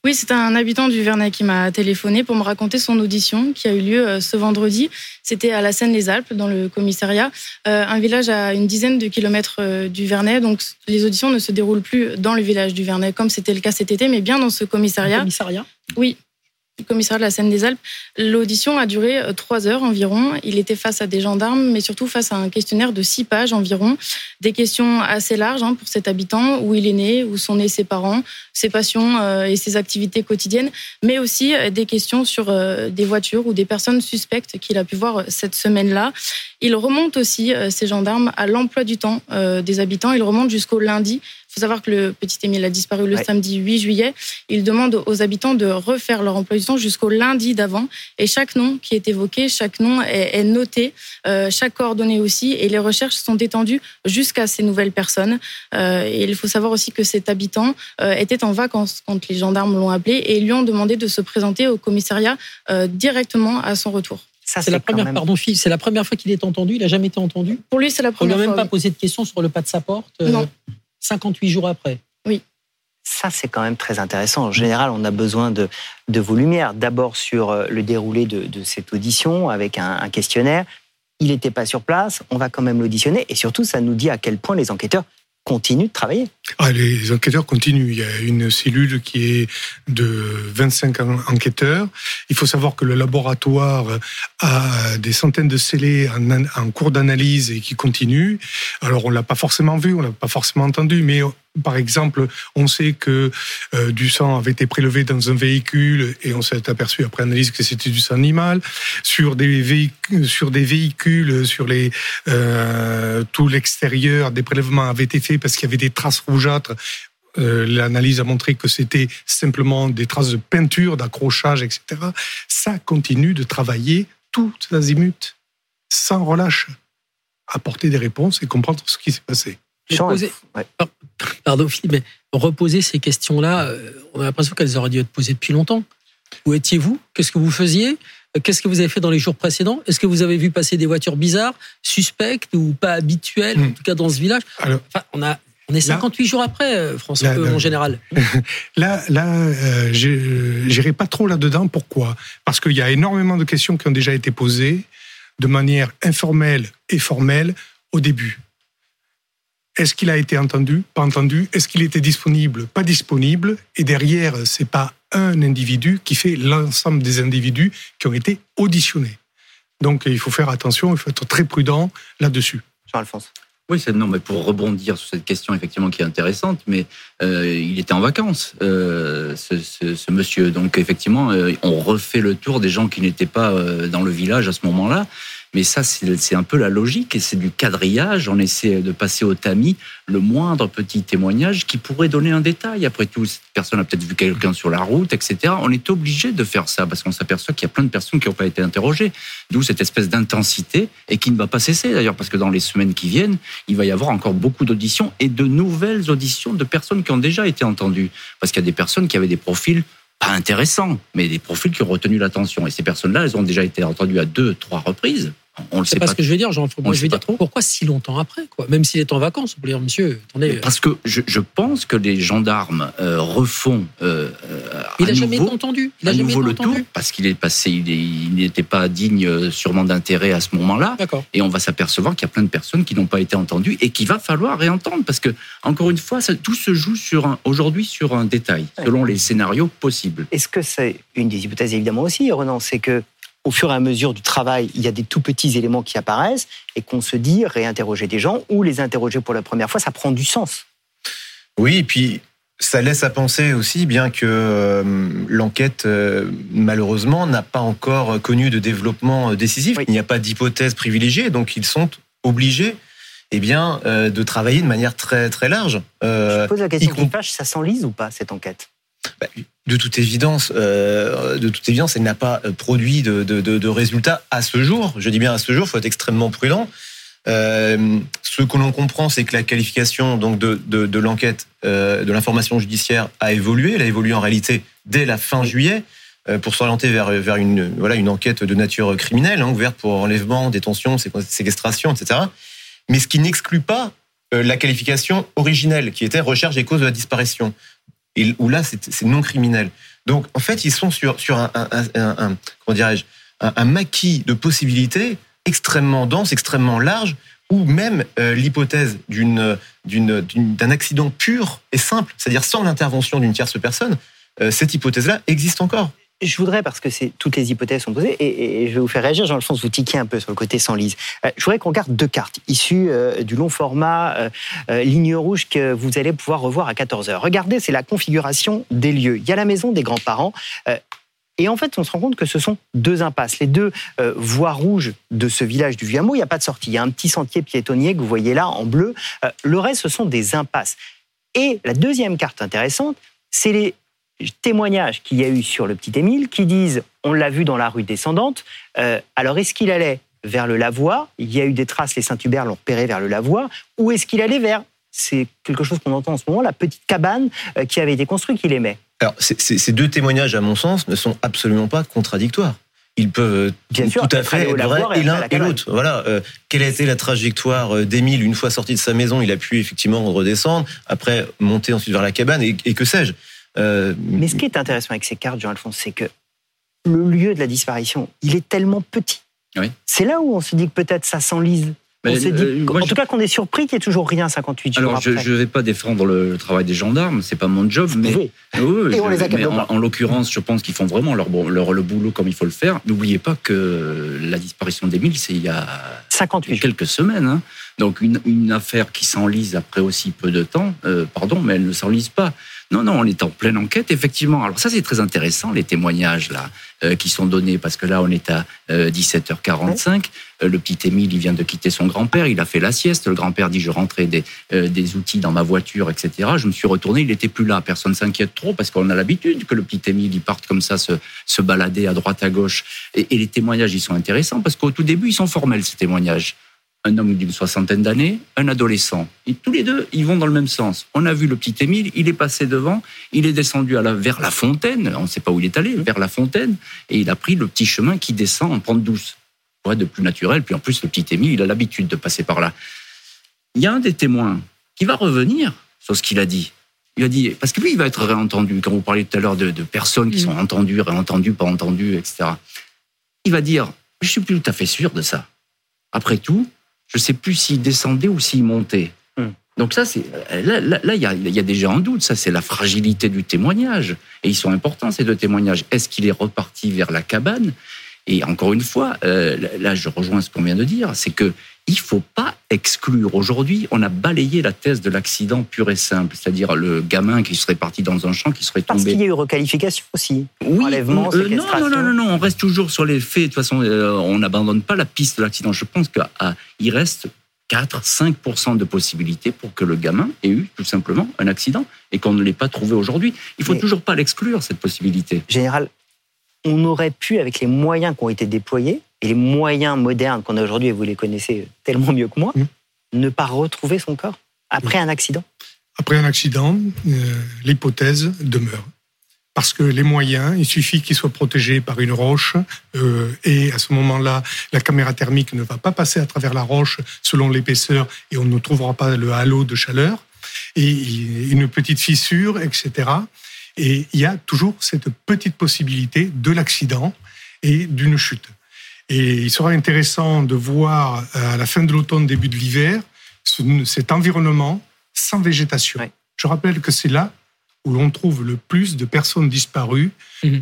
Oui, c'est un habitant du Vernet qui m'a téléphoné pour me raconter son audition qui a eu lieu ce vendredi. C'était à la Seine-les-Alpes, dans le commissariat, un village à une dizaine de kilomètres du Vernet. Donc, les auditions ne se déroulent plus dans le village du Vernet, comme c'était le cas cet été, mais bien dans ce commissariat. Un commissariat ? Oui. Du commissariat de la Seine-des-Alpes. L'audition a duré 3 heures environ. Il était face à des gendarmes, mais surtout face à un questionnaire de 6 pages environ. Des questions assez larges pour cet habitant, où il est né, où sont nés ses parents, ses passions et ses activités quotidiennes, mais aussi des questions sur des voitures ou des personnes suspectes qu'il a pu voir cette semaine-là. Il remonte aussi, ces gendarmes, à l'emploi du temps des habitants. Il remonte jusqu'au lundi. Il faut savoir que le petit Émile a disparu le samedi 8 juillet. Il demande aux habitants de refaire leur emploi du temps jusqu'au lundi d'avant. Et chaque nom qui est évoqué, chaque nom est noté, chaque coordonnée aussi. Et les recherches sont étendues jusqu'à ces nouvelles personnes. Et il faut savoir aussi que cet habitant était en vacances quand les gendarmes l'ont appelé et lui ont demandé de se présenter au commissariat directement à son retour. Ça, c'est la première, c'est la première fois qu'il est entendu. Il n'a jamais été entendu. Pour lui, c'est la première fois. On ne lui a même pas posé de questions sur le pas de sa porte. Non. 58 jours après. Oui. Ça, c'est quand même très intéressant. En général, on a besoin de vos lumières. D'abord sur le déroulé de cette audition avec un questionnaire. Il n'était pas sur place, on va quand même l'auditionner. Et surtout, ça nous dit à quel point les enquêteurs continuent de travailler. Les enquêteurs continuent. Il y a une cellule qui est de 25 enquêteurs. Il faut savoir que le laboratoire a des centaines de scellés en cours d'analyse et qui continuent. Alors, on ne l'a pas forcément vu, on ne l'a pas forcément entendu, mais par exemple, on sait que du sang avait été prélevé dans un véhicule et on s'est aperçu après analyse que c'était du sang animal. Sur des véhicules, sur tout l'extérieur, des prélèvements avaient été faits parce qu'il y avait des traces rougeâtres. L'analyse a montré que c'était simplement des traces de peinture, d'accrochage, etc. Ça continue de travailler tout azimut, sans relâche, apporter des réponses et comprendre ce qui s'est passé. Pardon Philippe, mais reposer ces questions-là, on a l'impression qu'elles auraient dû être posées depuis longtemps. Où étiez-vous ? Qu'est-ce que vous faisiez ? Qu'est-ce que vous avez fait dans les jours précédents ? Est-ce que vous avez vu passer des voitures bizarres, suspectes ou pas habituelles, en tout cas dans ce village ? On est 58 jours après, François, en général. J'irai pas trop là-dedans. Pourquoi ? Parce qu'il y a énormément de questions qui ont déjà été posées de manière informelle et formelle au début. Est-ce qu'il a été entendu ? Pas entendu ? Est-ce qu'il était disponible ? Pas disponible ? Et derrière, c'est pas un individu qui fait l'ensemble des individus qui ont été auditionnés. Donc, il faut faire attention, il faut être très prudent là-dessus. Jean-Alphonse. Oui, mais pour rebondir sur cette question effectivement qui est intéressante, mais il était en vacances, ce monsieur. Donc effectivement, on refait le tour des gens qui n'étaient pas dans le village à ce moment-là. Mais ça, c'est un peu la logique et c'est du quadrillage. On essaie de passer au tamis le moindre petit témoignage qui pourrait donner un détail. Après tout, cette personne a peut-être vu quelqu'un sur la route, etc. On est obligé de faire ça parce qu'on s'aperçoit qu'il y a plein de personnes qui n'ont pas été interrogées. D'où cette espèce d'intensité et qui ne va pas cesser d'ailleurs parce que dans les semaines qui viennent, il va y avoir encore beaucoup d'auditions et de nouvelles auditions de personnes qui ont déjà été entendues. Parce qu'il y a des personnes qui avaient des profils pas intéressants, mais des profils qui ont retenu l'attention. Et ces personnes-là, elles ont déjà été entendues à 2-3 reprises. On le sait pas. C'est pas ce que je veux dire, Jean-François. Je veux dire, pourquoi si longtemps après, quoi ? Même s'il est en vacances, on peut dire, monsieur, attendez. Parce que je pense que les gendarmes refont il n'a jamais été entendu. Il a jamais été le entendu. tour, parce qu'il est passé, il n'était pas digne sûrement d'intérêt à ce moment-là. D'accord. Et on va s'apercevoir qu'il y a plein de personnes qui n'ont pas été entendues et qu'il va falloir réentendre. Parce que, encore une fois, tout se joue aujourd'hui sur un détail, selon les scénarios possibles. Est-ce que c'est une des hypothèses évidemment aussi, Renan, c'est que au fur et à mesure du travail, il y a des tout petits éléments qui apparaissent et qu'on se dit réinterroger des gens ou les interroger pour la première fois, ça prend du sens. Oui, et puis ça laisse à penser aussi, bien que l'enquête, malheureusement, n'a pas encore connu de développement décisif. Oui. Il n'y a pas d'hypothèse privilégiée, donc ils sont obligés de travailler de manière très, très large. Je pose la question qui fâche, ça s'enlise ou pas, cette enquête ? De toute évidence, elle n'a pas produit de résultats à ce jour. Je dis bien à ce jour, il faut être extrêmement prudent. Ce que l'on comprend, c'est que la qualification donc de l'enquête, de l'information judiciaire a évolué. Elle a évolué en réalité dès la fin juillet pour s'orienter vers une enquête de nature criminelle, ouverte pour enlèvement, détention, séquestration, etc. Mais ce qui n'exclut pas la qualification originelle, qui était recherche des causes de la disparition. Et où là, c'est non criminel. Donc, en fait, ils sont sur comment dirais-je, un maquis de possibilités extrêmement dense, extrêmement large, ou même l'hypothèse d'un accident pur et simple, c'est-à-dire sans l'intervention d'une tierce personne, cette hypothèse-là existe encore. Je voudrais, parce que toutes les hypothèses sont posées, et je vais vous faire réagir, Jean-Alphonse, vous tiquez un peu sur le côté Senlis. Je voudrais qu'on regarde 2 cartes issues du long format ligne rouge que vous allez pouvoir revoir à 14h. Regardez, c'est la configuration des lieux. Il y a la maison des grands-parents, et en fait, on se rend compte que ce sont 2 impasses. Les 2 voies rouges de ce village du Vieux-Hameau, il n'y a pas de sortie. Il y a un petit sentier piétonnier que vous voyez là, en bleu. Le reste, ce sont des impasses. Et la deuxième carte intéressante, c'est les témoignages qu'il y a eu sur le petit Émile qui disent, on l'a vu dans la rue descendante, alors est-ce qu'il allait vers le Lavoie? Il y a eu des traces, les Saint-Hubert l'ont repéré vers le Lavoie, ou est-ce qu'il allait vers, c'est quelque chose qu'on entend en ce moment, la petite cabane qui avait été construite qu'il aimait? Alors, ces 2 témoignages, à mon sens, ne sont absolument pas contradictoires. Ils peuvent tout à fait être vrais et l'un et l'autre. Voilà. Quelle a été la trajectoire d'Émile une fois sorti de sa maison? Il a pu effectivement redescendre, après monter ensuite vers la cabane, et que sais-je. Mais ce qui est intéressant avec ces cartes, Jean-Alphonse, c'est que le lieu de la disparition, il est tellement petit. Oui. C'est là où on se dit que peut-être ça s'enlise. On se dit, en tout cas, qu'on est surpris qu'il n'y ait toujours rien 58 jours après. Alors, je ne vais pas défendre le travail des gendarmes, c'est pas mon job, mais, en l'occurrence, je pense qu'ils font vraiment le boulot comme il faut le faire. N'oubliez pas que la disparition d'Émile, c'est il y a 58 quelques semaines. Hein. Donc, une affaire qui s'enlise après aussi peu de temps, mais elle ne s'enlise pas. Non, on est en pleine enquête, effectivement. Alors ça, c'est très intéressant, les témoignages là qui sont donnés, parce que là, on est à 17h45. Ouais. Le petit Émile, il vient de quitter son grand-père, il a fait la sieste. Le grand-père dit, je rentrais des outils dans ma voiture, etc. Je me suis retourné, il n'était plus là. Personne ne s'inquiète trop, parce qu'on a l'habitude que le petit Émile, il parte comme ça, se balader à droite, à gauche. Et les témoignages, ils sont intéressants, parce qu'au tout début, ils sont formels, ces témoignages. Un homme d'une 60aine d'années, un adolescent. Et tous les 2, ils vont dans le même sens. On a vu le petit Émile, il est passé devant, il est descendu vers la fontaine, on ne sait pas où il est allé, vers la fontaine, et il a pris le petit chemin qui descend en pente douce. Pour être de plus naturel, puis en plus, le petit Émile, il a l'habitude de passer par là. Il y a un des témoins qui va revenir sur ce qu'il a dit. Il a dit, parce que lui, il va être réentendu. Quand vous parliez tout à l'heure de personnes qui sont entendues, réentendues, pas entendues, etc. Il va dire, je ne suis plus tout à fait sûr de ça. Après tout, je ne sais plus s'il descendait ou s'il montait. Donc ça, là, il y a déjà un doute. Ça, c'est la fragilité du témoignage. Et ils sont importants, ces 2 témoignages. Est-ce qu'il est reparti vers la cabane? Et encore une fois, là, je rejoins ce qu'on vient de dire, c'est que il faut pas exclure. Aujourd'hui, on a balayé la thèse de l'accident pur et simple, c'est-à-dire le gamin qui serait parti dans un champ, qui serait tombé. Parce qu'il y a eu requalification aussi. Oui, enlèvement, séquestration. Non, on reste toujours sur les faits. De toute façon, on n'abandonne pas la piste de l'accident. Je pense qu'il reste 4-5% de possibilités pour que le gamin ait eu tout simplement un accident et qu'on ne l'ait pas trouvé aujourd'hui. Il ne faut toujours pas l'exclure, cette possibilité. Général, on aurait pu, avec les moyens qui ont été déployés, et les moyens modernes qu'on a aujourd'hui, et vous les connaissez tellement mieux que moi, ne pas retrouver son corps après un accident? Après un accident, l'hypothèse demeure. Parce que les moyens, il suffit qu'ils soient protégés par une roche, et à ce moment-là, la caméra thermique ne va pas passer à travers la roche selon l'épaisseur, et on ne trouvera pas le halo de chaleur, et une petite fissure, etc. Et il y a toujours cette petite possibilité de l'accident et d'une chute. Et il sera intéressant de voir à la fin de l'automne, début de l'hiver, cet environnement sans végétation. Ouais. Je rappelle que c'est là où l'on trouve le plus de personnes disparues.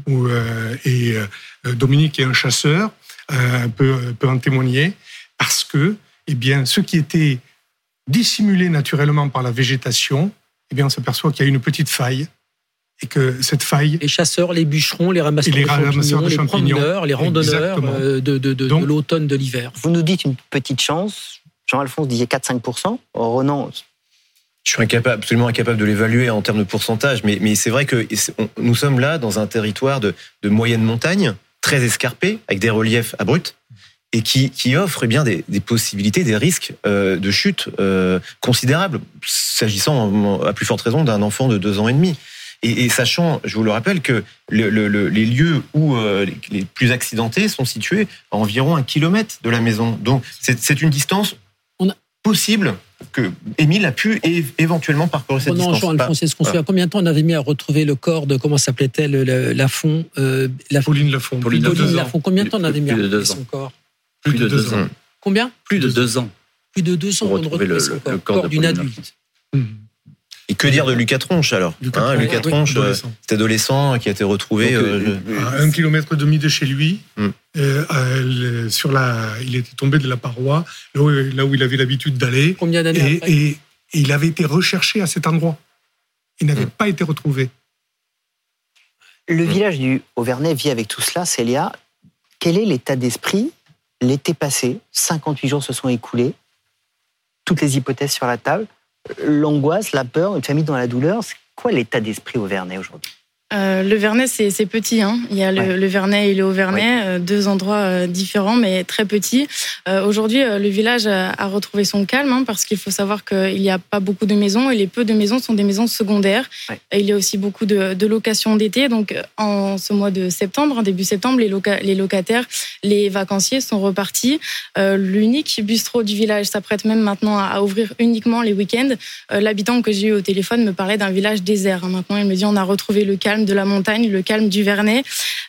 Dominique est un chasseur, peut en témoigner, parce que ce qui était dissimulé naturellement par la végétation, on s'aperçoit qu'il y a une petite faille. Et que cette faille... Les chasseurs, les bûcherons, les ramasseurs de champignons, les promeneurs, les randonneurs de l'automne, de l'hiver. Vous nous dites une petite chance. Jean-Alphonse disait 4-5%. Ronan... Je suis absolument incapable de l'évaluer en termes de pourcentage, mais c'est vrai que nous sommes là dans un territoire de moyenne montagne, très escarpé, avec des reliefs abrupts, et qui offre des possibilités, des risques de chute considérables, s'agissant à plus forte raison d'un enfant de 2 ans et demi. Et sachant, je vous le rappelle, que les lieux où les plus accidentés sont situés à environ 1 kilomètre de la maison. Donc, c'est une distance possible que Émile a pu éventuellement parcourir cette distance. Jean-Alphonse, est-ce qu'on se souvient combien de temps on avait mis à retrouver le corps de, comment s'appelait-elle, Lafont Pauline Lafont. Pauline Lafont. Combien de temps on avait mis à retrouver son corps? Plus de 2 ans. Combien? Plus de 2 ans. Plus de 2 ans pour retrouver le corps d'une adulte. Et que dire de Lucas Tronche alors? Lucas Tronche, cet adolescent qui a été retrouvé à 1,5 km de chez lui. Il était tombé de la paroi, là où il avait l'habitude d'aller. Combien d'années après? Et il avait été recherché à cet endroit. Il n'avait pas été retrouvé. Le village du Haut-Vernay vit avec tout cela. Célia, quel est l'état d'esprit l'été passé? 58 jours se sont écoulés. Toutes les hypothèses sur la table. L'angoisse, la peur, une famille dans la douleur. C'est quoi l'état d'esprit au Vernay aujourd'hui? Le Vernay, c'est petit. Il y a le Vernay et le Haut-Vernay, 2 endroits différents, mais très petits. Aujourd'hui, le village a retrouvé son calme, parce qu'il faut savoir qu'il n'y a pas beaucoup de maisons, et les peu de maisons sont des maisons secondaires. Il y a aussi beaucoup de locations d'été. Donc, en ce mois de septembre, début septembre, les locataires, les vacanciers sont repartis. L'unique bistrot du village s'apprête même maintenant à ouvrir uniquement les week-ends. L'habitant que j'ai eu au téléphone me parlait d'un village désert. Maintenant, il me dit on a retrouvé le calme de la montagne, le calme du Vernay,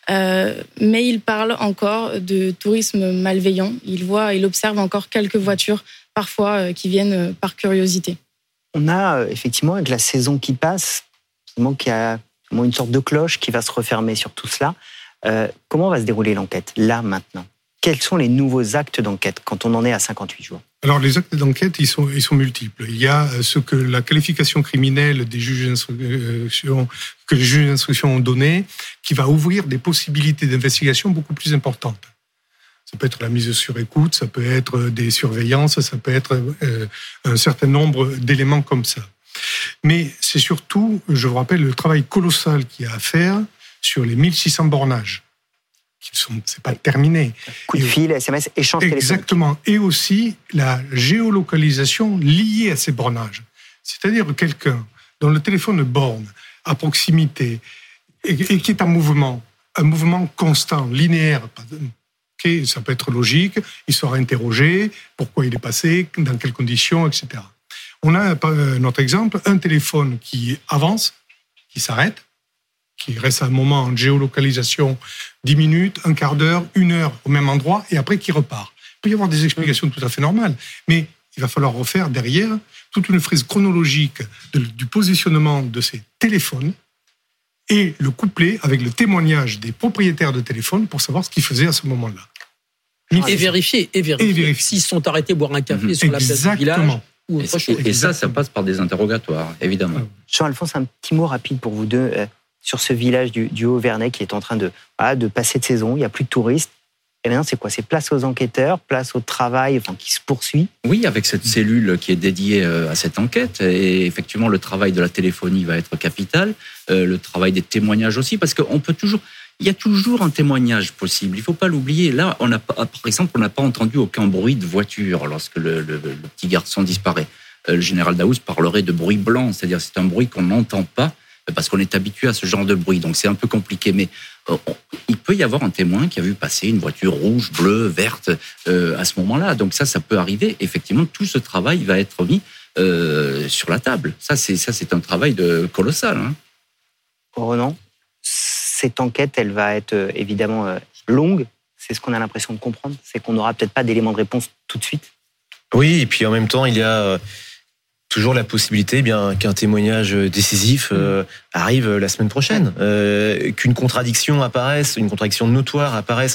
mais il parle encore de tourisme malveillant. Il observe encore quelques voitures, parfois, qui viennent par curiosité. On a effectivement, avec la saison qui passe, qu'il y a une sorte de cloche qui va se refermer sur tout cela. Comment va se dérouler l'enquête, là, maintenant? Quels sont les nouveaux actes d'enquête quand on en est à 58 jours? Alors, les actes d'enquête, ils sont multiples. Il y a ce que la qualification criminelle des juges d'instruction, que les juges d'instruction ont donné, qui va ouvrir des possibilités d'investigation beaucoup plus importantes. Ça peut être la mise sur écoute, ça peut être des surveillances, ça peut être un certain nombre d'éléments comme ça. Mais c'est surtout, je vous rappelle, le travail colossal qu'il y a à faire sur les 1600 bornages. C'est pas terminé. Coup de fil, SMS, échange téléphonique. Exactement. Et aussi la géolocalisation liée à ces bornages. C'est-à-dire quelqu'un dont le téléphone borne à proximité et qui est en mouvement, un mouvement constant, linéaire. Okay, ça peut être logique, il sera interrogé, pourquoi il est passé, dans quelles conditions, etc. On a un autre exemple, un téléphone qui avance, qui s'arrête, qui reste un moment en géolocalisation 10 minutes, un quart d'heure, 1 heure au même endroit, et après qui repart. Il peut y avoir des explications tout à fait normales, mais il va falloir refaire derrière toute une frise chronologique du positionnement de ces téléphones et le coupler avec le témoignage des propriétaires de téléphones pour savoir ce qu'ils faisaient à ce moment-là. Et vérifier. S'ils sont arrêtés boire un café sur la place du village ou autre chose. Et ça passe par des interrogatoires, évidemment. Jean-Alphonse, un petit mot rapide pour vous deux. Sur ce village du Haut-Vernay qui est en train de passer de saison, il n'y a plus de touristes. Et maintenant, c'est quoi? C'est place aux enquêteurs, place au travail qui se poursuit? Oui, avec cette cellule qui est dédiée à cette enquête. Et effectivement, le travail de la téléphonie va être capital. Le travail des témoignages aussi, parce il y a toujours un témoignage possible. Il ne faut pas l'oublier. Là, par exemple, on n'a pas entendu aucun bruit de voiture lorsque le petit garçon disparaît. Le général Daoust parlerait de bruit blanc, c'est-à-dire c'est un bruit qu'on n'entend pas, parce qu'on est habitué à ce genre de bruit. Donc c'est un peu compliqué, mais il peut y avoir un témoin qui a vu passer une voiture rouge, bleue, verte à ce moment-là. Donc ça peut arriver. Effectivement, tout ce travail va être mis sur la table. Ça, c'est un travail colossal. Ronan, cette enquête, elle va être évidemment longue. C'est ce qu'on a l'impression de comprendre. C'est qu'on n'aura peut-être pas d'éléments de réponse tout de suite. Oui, et puis en même temps, il y a toujours la possibilité qu'un témoignage décisif arrive la semaine prochaine, qu'une contradiction apparaisse, une contradiction notoire apparaisse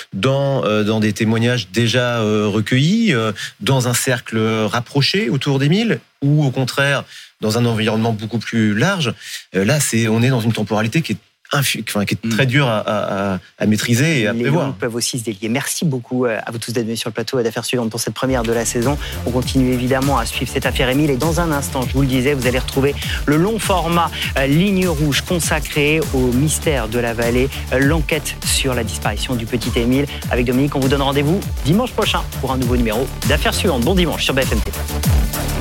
dans des témoignages déjà recueillis, dans un cercle rapproché autour d'Émile, ou au contraire dans un environnement beaucoup plus large. Là, on est dans une temporalité qui est très dur à maîtriser et à prévoir. Les gens peuvent aussi se délier. Merci beaucoup à vous tous d'être venus sur le plateau d'Affaires suivantes pour cette première de la saison. On continue évidemment à suivre cette affaire Émile et dans un instant, je vous le disais, vous allez retrouver le long format Ligne Rouge consacré au mystère de la vallée, l'enquête sur la disparition du petit Émile. Avec Dominique, on vous donne rendez-vous dimanche prochain pour un nouveau numéro d'Affaires suivantes. Bon dimanche sur BFM TV.